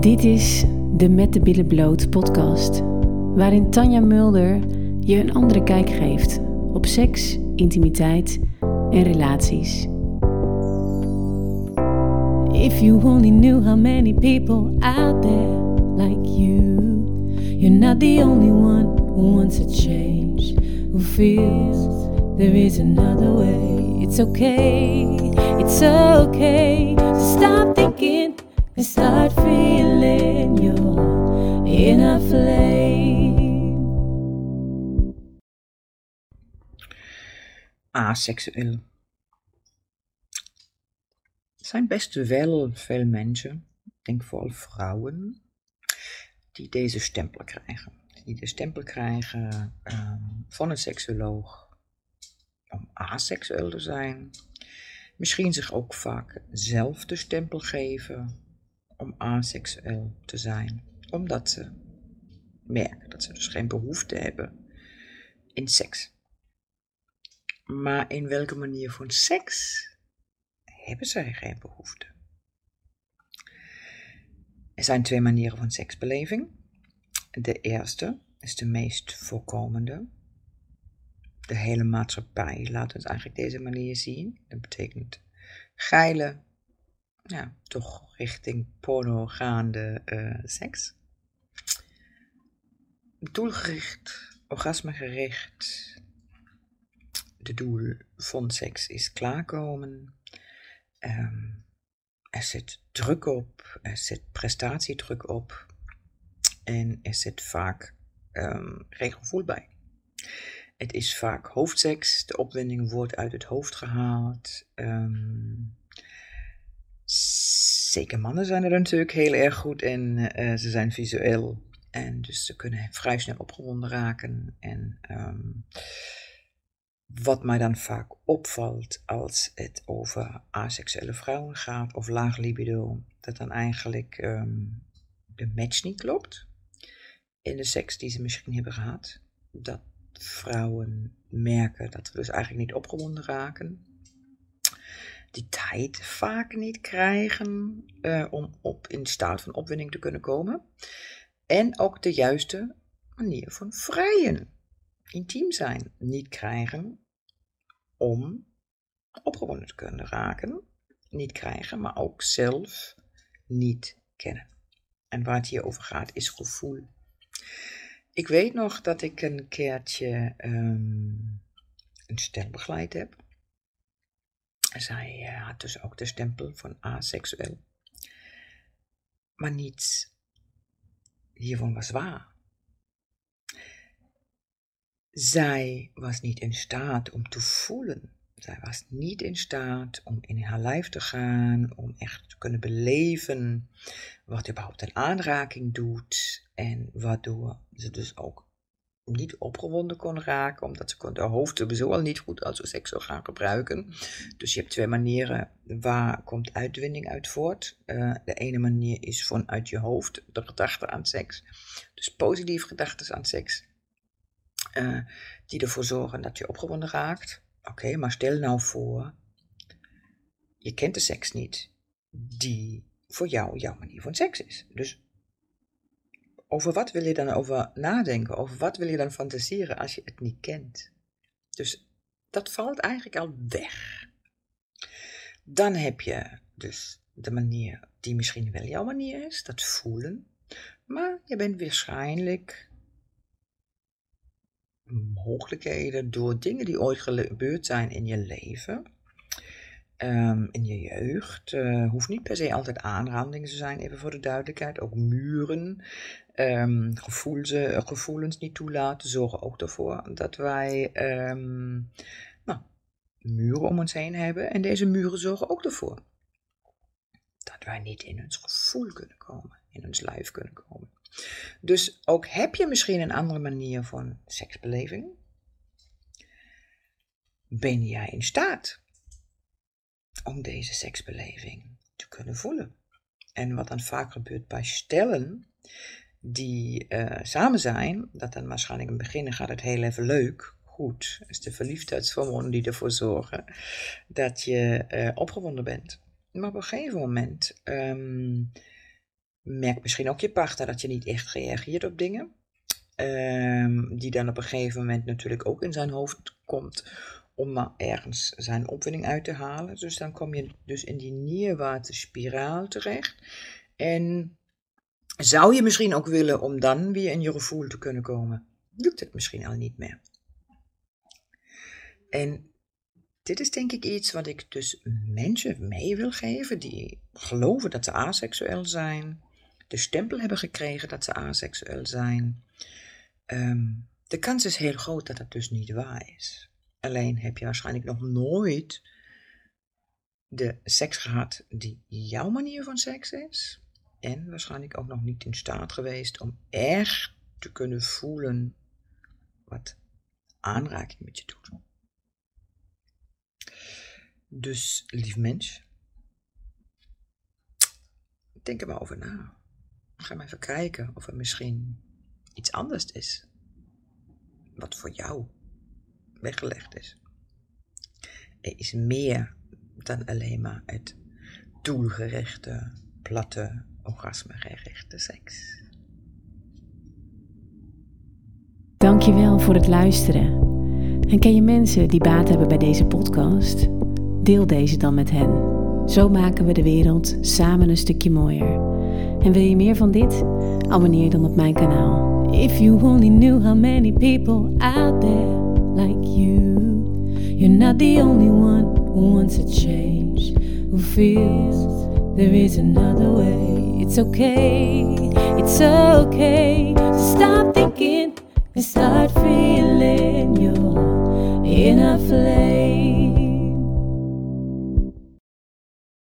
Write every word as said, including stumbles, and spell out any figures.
Dit is de Met de Billen Bloot podcast, waarin Tanja Mulder je een andere kijk geeft op seks, intimiteit en relaties. If you only knew how many people out there like you, you're not the only one who wants a change, who feels there is another way. It's okay, it's okay to stop thinking and start feeling your inner flame. Aseksueel. Er zijn best wel veel mensen, ik denk vooral vrouwen, die deze stempel krijgen. Die de stempel krijgen um, van een seksuoloog om aseksueel te zijn. Misschien zich ook vaak zelf de stempel geven om aseksueel te zijn. Omdat ze merken dat ze dus geen behoefte hebben in seks. Maar in welke manier van seks hebben zij geen behoefte? Er zijn twee manieren van seksbeleving. De eerste is de meest voorkomende. De hele maatschappij laat ons eigenlijk deze manier zien. Dat betekent geile, ja, toch richting porno gaande uh, seks. Doelgericht, orgasmegericht. De doel van seks is klaarkomen. Um, er zit druk op, er zit prestatiedruk op. En er zit vaak um, geen gevoel bij. Het is vaak hoofdseks, de opwinding wordt uit het hoofd gehaald. Um, zeker mannen zijn er natuurlijk heel erg goed in. Uh, ze zijn visueel en dus ze kunnen vrij snel opgewonden raken. En um, wat mij dan vaak opvalt als het over aseksuele vrouwen gaat of laag libido, dat dan eigenlijk um, de match niet klopt in de seks die ze misschien hebben gehad. Dat vrouwen merken dat we dus eigenlijk niet opgewonden raken. Die tijd vaak niet krijgen uh, om op, in staat van opwinding te kunnen komen. En ook de juiste manier van vrijen, intiem zijn, niet krijgen om opgewonden te kunnen raken. Niet krijgen, maar ook zelf niet kennen. En waar het hier over gaat is gevoel. Ik weet nog dat ik een keertje um, een stel begeleid heb. Zij uh, had dus ook de stempel van aseksueel. Maar niets hiervan was waar. Zij was niet in staat om te voelen. Zij was niet in staat om in haar lijf te gaan, om echt te kunnen beleven wat überhaupt een aanraking doet. En waardoor ze dus ook niet opgewonden kon raken, omdat ze kon haar hoofd sowieso al niet goed als seks zou gaan gebruiken. Dus je hebt twee manieren, waar komt uitwinning uit voort. Uh, de ene manier is vanuit je hoofd, de gedachte aan seks. Dus positieve gedachten aan seks. Uh, die ervoor zorgen dat je opgewonden raakt. Oké, okay, maar stel nou voor, je kent de seks niet, die voor jou jouw manier van seks is. Dus over wat wil je dan over nadenken? Over wat wil je dan fantaseren als je het niet kent? Dus dat valt eigenlijk al weg. Dan heb je dus de manier die misschien wel jouw manier is, dat voelen. Maar je bent waarschijnlijk mogelijkheden door dingen die ooit gebeurd zijn in je leven, um, in je jeugd, uh, hoeft niet per se altijd aanrandingen te zijn, even voor de duidelijkheid, ook muren, um, gevoelens, uh, gevoelens niet toelaten, zorgen ook ervoor dat wij um, nou, muren om ons heen hebben en deze muren zorgen ook ervoor dat wij niet in ons gevoel kunnen komen, in ons lijf kunnen komen. Dus ook heb je misschien een andere manier van seksbeleving, ben jij in staat om deze seksbeleving te kunnen voelen. En wat dan vaak gebeurt bij stellen die uh, samen zijn, dat dan waarschijnlijk in het begin gaat het heel even leuk, goed, is de verliefdheidshormonen die ervoor zorgen dat je uh, opgewonden bent. Maar op een gegeven moment um, merkt misschien ook je partner dat je niet echt reageert op dingen. Um, die dan op een gegeven moment natuurlijk ook in zijn hoofd komt om maar ergens zijn opwinding uit te halen. Dus dan kom je dus in die neerwaartse spiraal terecht. En zou je misschien ook willen om dan weer in je gevoel te kunnen komen, lukt het misschien al niet meer. En dit is denk ik iets wat ik dus mensen mee wil geven die geloven dat ze aseksueel zijn, de stempel hebben gekregen dat ze aseksueel zijn. Um, de kans is heel groot dat dat dus niet waar is. Alleen heb je waarschijnlijk nog nooit de seks gehad die jouw manier van seks is. En waarschijnlijk ook nog niet in staat geweest om echt te kunnen voelen wat aanraking met je doet. Dus, lief mens, denk er maar over na. Ga maar even kijken of er misschien iets anders is wat voor jou weggelegd is. Er is meer dan alleen maar het doelgerichte, platte, orgasmegerichte seks. Dankjewel voor het luisteren. En ken je mensen die baat hebben bij deze podcast? Deel deze dan met hen. Zo maken we de wereld samen een stukje mooier. En wil je meer van dit? Abonneer dan op mijn kanaal. If you only knew how many people out there like you. You're not the only one who wants a change, who feels there is another way. It's okay, it's okay to stop thinking and start feeling your inner flame.